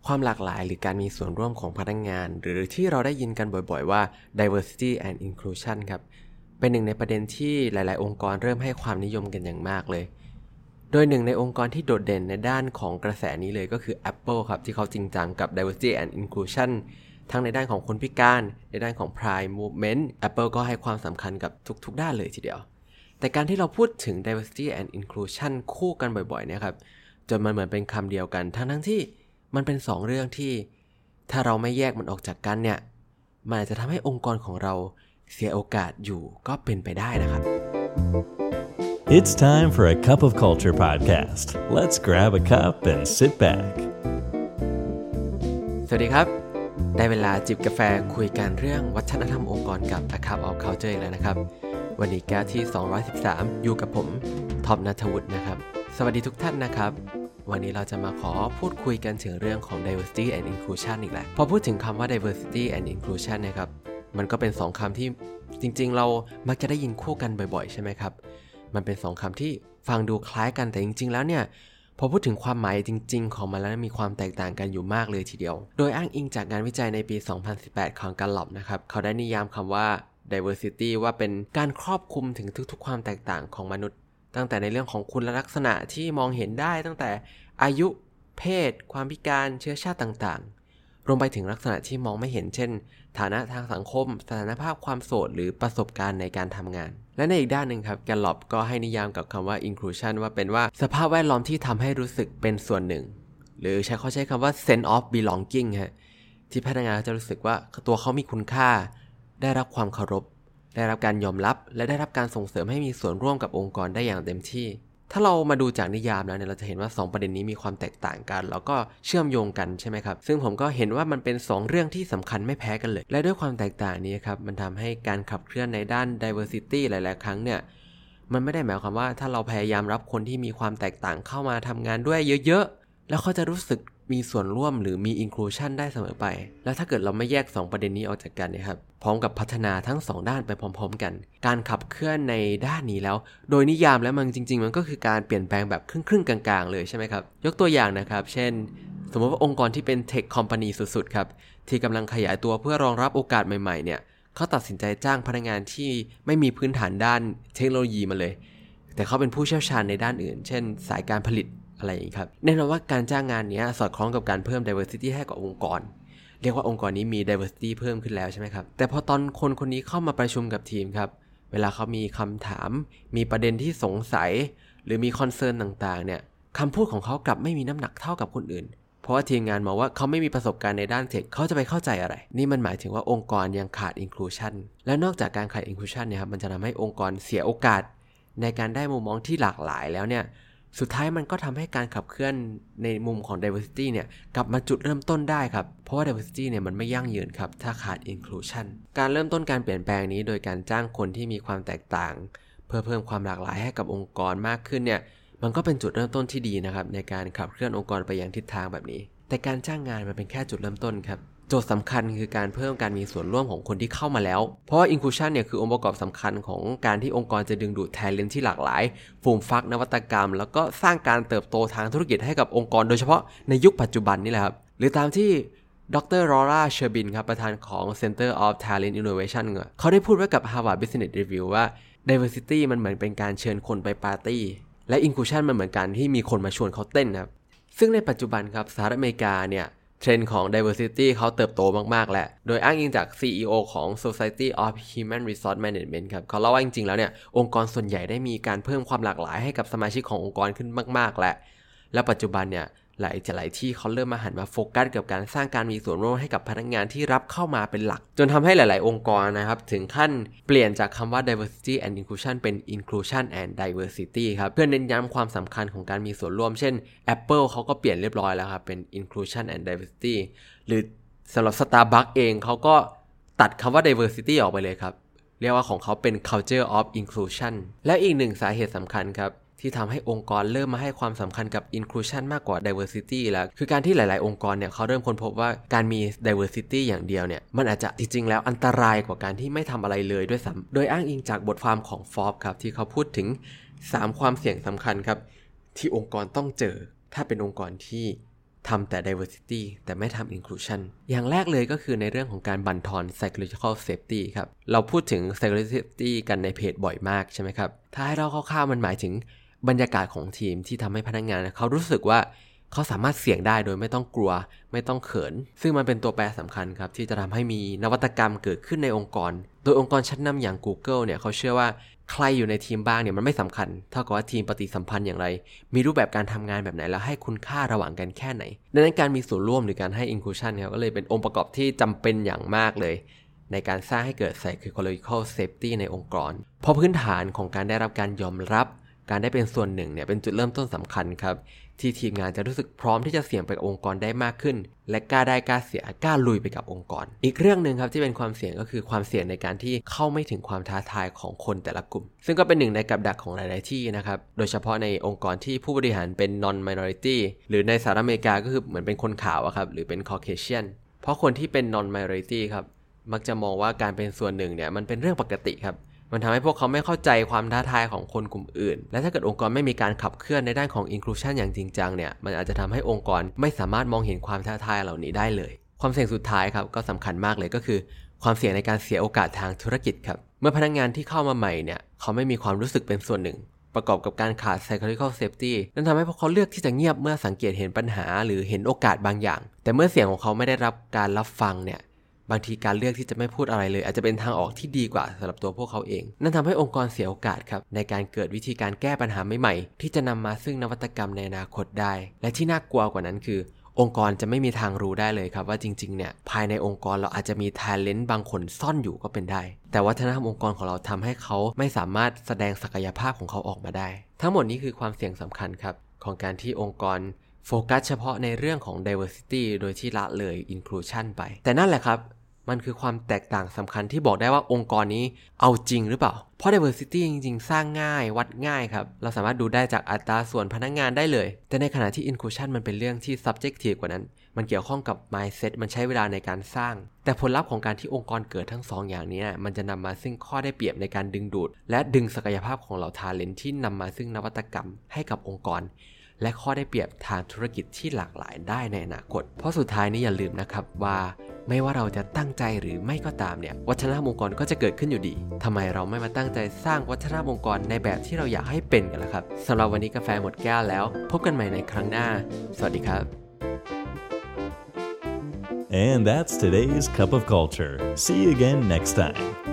ความหลากหลายหรือการมีส่วนร่วมของพนักงานหรือที่เราได้ยินกันบ่อยๆว่า diversity and inclusion ครับเป็นหนึ่งในประเด็นที่หลายๆองค์กรเริ่มให้ความนิยมกันอย่างมากเลยโดยหนึ่งในองค์กรที่โดดเด่นในด้านของกระแสนี้เลยก็คือ Apple ครับที่เขาจริงจังกับ diversity and inclusion ทั้งในด้านของคนพิการในด้านของ Pride Movement Apple ก็ให้ความสำคัญกับทุกๆด้านเลยทีเดียวแต่การที่เราพูดถึง diversity and inclusion คู่กันบ่อยๆเนี่ยครับจนมันเหมือนเป็นคำเดียวกันทั้งที่มันเป็น2เรื่องที่ถ้าเราไม่แยกมันออกจากกันเนี่ยมันอาจจะทำให้องค์กรของเราเสียโอกาสอยู่ก็เป็นไปได้นะครับ It's time for a cup of culture podcast. Let's grab a cup and sit back. สวัสดีครับได้เวลาจิบกาแฟคุยกันเรื่องวัฒนธรรมองค์กรกับ A Cup of Culture แล้วนะครับวันนี้แก้วที่213อยู่กับผมท็อปณัฐวุฒินะครับสวัสดีทุกท่านนะครับวันนี้เราจะมาขอพูดคุยกันถึงเรื่องของ diversity and inclusion อีกแล้วพอพูดถึงคำว่า diversity and inclusion นะครับมันก็เป็น2คำที่จริงๆเรามักจะได้ยินคู่กันบ่อยๆใช่ไหมครับมันเป็น2คำที่ฟังดูคล้ายกันแต่จริงๆแล้วเนี่ยพอพูดถึงความหมายจริงๆของมันแล้วมีความแตกต่างกันอยู่มากเลยทีเดียวโดยอ้างอิงจากงานวิจัยในปี 2018 ของ Gallup นะครับเขาได้นิยามคำว่า diversity ว่าเป็นการครอบคลุมถึงทุกๆความแตกต่างของมนุษย์ตั้งแต่ในเรื่องของคุณลักษณะที่มองเห็นได้ตั้งแต่อายุเพศความพิการเชื้อชาติต่างๆรวมไปถึงลักษณะที่มองไม่เห็นเช่นฐานะทางสังคมสถานภาพความโสดหรือประสบการณ์ในการทำงานและในอีกด้านหนึ่งครับแกลลอปก็ให้นิยามกับคำว่า inclusion ว่าเป็นว่าสภาพแวดล้อมที่ทำให้รู้สึกเป็นส่วนหนึ่งหรือใช้คำว่า sense of belonging ฮะที่พนักงานจะรู้สึกว่าตัวเขามีคุณค่าได้รับความเคารพได้รับการยอมรับและได้รับการส่งเสริมให้มีส่วนร่วมกับองค์กรได้อย่างเต็มที่ถ้าเรามาดูจากนิยามแล้วเนี่ยเราจะเห็นว่า2ประเด็นนี้มีความแตกต่างกันแล้วก็เชื่อมโยงกันใช่ไหมครับซึ่งผมก็เห็นว่ามันเป็น2เรื่องที่สำคัญไม่แพ้กันเลยและด้วยความแตกต่างนี้ครับมันทำให้การขับเคลื่อนในด้าน diversity หลายๆครั้งเนี่ยมันไม่ได้หมายความว่าถ้าเราพยายามรับคนที่มีความแตกต่างเข้ามาทำงานด้วยเยอะๆแล้วเขาจะรู้สึกมีส่วนร่วมหรือมี inclusion ได้เสมอไปแล้วถ้าเกิดเราไม่แยก2ประเด็นนี้ออกจากกันเนี่ยครับพร้อมกับพัฒนาทั้ง2ด้านไปพร้อมๆกันการขับเคลื่อนในด้านนี้แล้วโดยนิยามแล้วมันจริงๆมันก็คือการเปลี่ยนแปลงแบบครึ่งๆกลางๆเลยใช่ไหมครับยกตัวอย่างนะครับเช่นสมมติว่าองค์กรที่เป็น tech company สุดๆครับที่กำลังขยายตัวเพื่อรองรับโอกาสใหม่ๆเนี่ยเขาตัดสินใจจ้างพนักงานที่ไม่มีพื้นฐานด้านเทคโนโลยีมาเลยแต่เขาเป็นผู้เชี่ยวชาญในด้านอื่นเช่นสายการผลิตอะไรอย่างนี้ครับแน่นอนว่าการจ้างงานนี้สอดคล้องกับการเพิ่ม diversity ให้กับองค์กรเรียกว่าองค์กรนี้มี diversity เพิ่มขึ้นแล้วใช่ไหมครับแต่พอตอนคนนี้เข้ามาประชุมกับทีมครับเวลาเขามีคำถามมีประเด็นที่สงสัยหรือมีคอนเซิร์นต่างๆเนี่ยคำพูดของเขากลับไม่มีน้ำหนักเท่ากับคนอื่นเพราะว่าทีมงานมองว่าเขาไม่มีประสบการณ์ในด้านเทคเขาจะไปเข้าใจอะไรนี่มันหมายถึงว่าองค์กรยังขาด inclusion และนอกจากการขาด inclusion เนี่ยครับมันจะทำให้องค์กรเสียโอกาสในการได้มุมมองที่หลากหลายแล้วเนี่ยสุดท้ายมันก็ทำให้การขับเคลื่อนในมุมของ diversity เนี่ยกลับมาจุดเริ่มต้นได้ครับเพราะว่า diversity เนี่ยมันไม่ยั่งยืนครับถ้าขาด inclusion การเริ่มต้นการเปลี่ยนแปลงนี้โดยการจ้างคนที่มีความแตกต่างเพื่อเพิ่มความหลากหลายให้กับองค์กรมากขึ้นเนี่ยมันก็เป็นจุดเริ่มต้นที่ดีนะครับในการขับเคลื่อนองค์กรไปยังทิศทางแบบนี้แต่การจ้างงานมันเป็นแค่จุดเริ่มต้นครับโจทย์สำคัญคือการเพิ่มการมีส่วนร่วมของคนที่เข้ามาแล้วเพราะว่า inclusion เนี่ยคือองค์ประกอบสำคัญของการที่องค์กรจะดึงดูด talent ที่หลากหลายฟูมฟักนวัตกรรมแล้วก็สร้างการเติบโตทางธุรกิจให้กับองค์กรโดยเฉพาะในยุคปัจจุบันนี่แหละครับหรือตามที่ดร. ลอร่า เชอร์บินครับประธานของ Center of Talent Innovation เขาได้พูดไว้กับ Harvard Business Review ว่า diversity มันเหมือนเป็นการเชิญคนไปปาร์ตี้และ inclusion มันเหมือนการที่มีคนมาชวนเขาเต้นครับซึ่งในปัจจุบันครับสหรัฐอเมริกาเนี่ยเทรนด์ของ diversity เขาเติบโตมากๆแหละโดยอ้างอิงจาก CEO ของ Society of Human Resource Management ครับเขาเล่าว่าจริงๆแล้วเนี่ยองค์กรส่วนใหญ่ได้มีการเพิ่มความหลากหลายให้กับสมาชิกขององค์กรขึ้นมากๆและปัจจุบันเนี่ยหลายที่เขาเริ่มมาหันมาโฟกัสกับการสร้างการมีส่วนร่วมให้กับพนักงานที่รับเข้ามาเป็นหลักจนทำให้หลายๆองค์กรนะครับถึงขั้นเปลี่ยนจากคำว่า diversity and inclusion เป็น inclusion and diversity ครับเพื่อเน้นย้ำความสำคัญของการมีส่วนร่วมเช่น Apple เขาก็เปลี่ยนเรียบร้อยแล้วครับเป็น inclusion and diversity หรือสำหรับ Starbucks เองเขาก็ตัดคำว่า diversity ออกไปเลยครับเรียกว่าของเขาเป็น culture of inclusion และอีกหนึ่งสาเหตุสำคัญครับที่ทำให้องค์กรเริ่มมาให้ความสำคัญกับ inclusion มากกว่า diversity แล้วคือการที่หลายๆองค์กรเนี่ยเขาเริ่มค้นพบว่าการมี diversity อย่างเดียวเนี่ยมันอาจจะจริงๆแล้วอันตรายกว่าการที่ไม่ทำอะไรเลยด้วยซ้ำโดยอ้างอิงจากบทความของ Forbes ครับที่เขาพูดถึง3ความเสี่ยงสำคัญครับที่องค์กรต้องเจอถ้าเป็นองค์กรที่ทำแต่ diversity แต่ไม่ทำ inclusion อย่างแรกเลยก็คือในเรื่องของการบั่นทอน psychological safety ครับเราพูดถึง psychological safety กันในเพจบ่อยมากใช่ไหมครับถ้าให้เราคร่าวๆมันหมายถึงบรรยากาศของทีมที่ทำให้พนักงานเขารู้สึกว่าเขาสามารถเสี่ยงได้โดยไม่ต้องกลัวไม่ต้องเขินซึ่งมันเป็นตัวแปรสำคัญครับที่จะทำให้มีนวัตกรรมเกิดขึ้นในองค์กรโดยองค์กรชั้นนำอย่าง Google เนี่ยเขาเชื่อว่าใครอยู่ในทีมบ้างเนี่ยมันไม่สำคัญเท่ากับว่าทีมปฏิสัมพันธ์อย่างไรมีรูปแบบการทำงานแบบไหนแล้วให้คุณค่าระหว่างกันแค่ไหนดังนั้นการมีส่วนร่วมหรือการให้ inclusion ครับก็เลยเป็นองค์ประกอบที่จำเป็นอย่างมากเลยในการสร้างให้เกิด psychological safety ในองค์กรเพราะพื้นฐานของการได้รับการยอมรับการได้เป็นส่วนหนึ่งเนี่ยเป็นจุดเริ่มต้นสำคัญครับที่ทีมงานจะรู้สึกพร้อมที่จะเสี่ยงไปกับองค์กรได้มากขึ้นและกล้าได้กล้าเสียกล้าลุยไปกับองค์กรอีกเรื่องนึงครับที่เป็นความเสี่ยงก็คือความเสี่ยงในการที่เข้าไม่ถึงความท้าทายของคนแต่ละกลุ่มซึ่งก็เป็นหนึ่งในกับดักของหลายๆที่นะครับโดยเฉพาะในองค์กรที่ผู้บริหารเป็น non minority หรือในสหรัฐอเมริกาก็คือเหมือนเป็นคนขาวครับหรือเป็น Caucasian เพราะคนที่เป็น non minority ครับมักจะมองว่าการเป็นส่วนหนึ่งเนี่ยมันเป็นเรื่องปกติครับมันทำให้พวกเขาไม่เข้าใจความท้าทายของคนกลุ่มอื่นและถ้าเกิดองค์กรไม่มีการขับเคลื่อนในด้านของ inclusion อย่างจริงจังเนี่ยมันอาจจะทำให้องค์กรไม่สามารถมองเห็นความท้าทายเหล่านี้ได้เลยความเสี่ยงสุดท้ายครับก็สำคัญมากเลยก็คือความเสี่ยงในการเสียโอกาสทางธุรกิจครับเมื่อพนักงานที่เข้ามาใหม่เนี่ยเขาไม่มีความรู้สึกเป็นส่วนหนึ่งประกอบกับการขาด psychological safety นั่นทำให้พวกเขาเลือกที่จะเงียบเมื่อสังเกตเห็นปัญหาหรือเห็นโอกาสบางอย่างแต่เมื่อเสียงของเขาไม่ได้รับการรับฟังเนี่ยบางทีการเลือกที่จะไม่พูดอะไรเลยอาจจะเป็นทางออกที่ดีกว่าสำหรับตัวพวกเขาเองนั่นทำให้องค์กรเสียโอกาสครับในการเกิดวิธีการแก้ปัญหาใหม่ๆที่จะนำมาซึ่งนวัตกรรมในอนาคตได้และที่น่ากลัวกว่านั้นคือองค์กรจะไม่มีทางรู้ได้เลยครับว่าจริงๆเนี่ยภายในองค์กรเราอาจจะมี talent บางคนซ่อนอยู่ก็เป็นได้แต่วัฒนธรรมองค์กรของเราทำให้เขาไม่สามารถแสดงศักยภาพของเขาออกมาได้ทั้งหมดนี้คือความเสี่ยงสำคัญครับของการที่องค์กรโฟกัสเฉพาะในเรื่องของ diversity โดยที่ละเลย inclusion ไปแต่นั่นแหละครับมันคือความแตกต่างสำคัญที่บอกได้ว่าองค์กรนี้เอาจริงหรือเปล่าเพราะ diversity จริงๆสร้างง่ายวัดง่ายครับเราสามารถดูได้จากอัตราส่วนพนักงานได้เลยแต่ในขณะที่ inclusion มันเป็นเรื่องที่ subjective กว่านั้นมันเกี่ยวข้องกับ mindset มันใช้เวลาในการสร้างแต่ผลลัพธ์ของการที่องค์กรเกิดทั้ง2 อย่างนี้มันจะนำมาซึ่งข้อได้เปรียบในการดึงดูดและดึงศักยภาพของเหล่า talent ที่นำมาซึ่งนวัตกรรมให้กับองค์กรและข้อได้เปรียบทางธุรกิจที่หลากหลายได้ในอนาคตเพราะสุดท้ายนี้อย่าลืมนะครับว่าไม่ว่าเราจะตั้งใจหรือไม่ก็ตามเนี่ยวัฒนธรรมองค์กรก็จะเกิดขึ้นอยู่ดีทำไมเราไม่มาตั้งใจสร้างวัฒนธรรมองค์กรในแบบที่เราอยากให้เป็นกันล่ะครับสำหรับวันนี้กาแฟหมดแก้วแล้วพบกันใหม่ในครั้งหน้าสวัสดีครับ And that's today's Cup of Culture. See you again next time.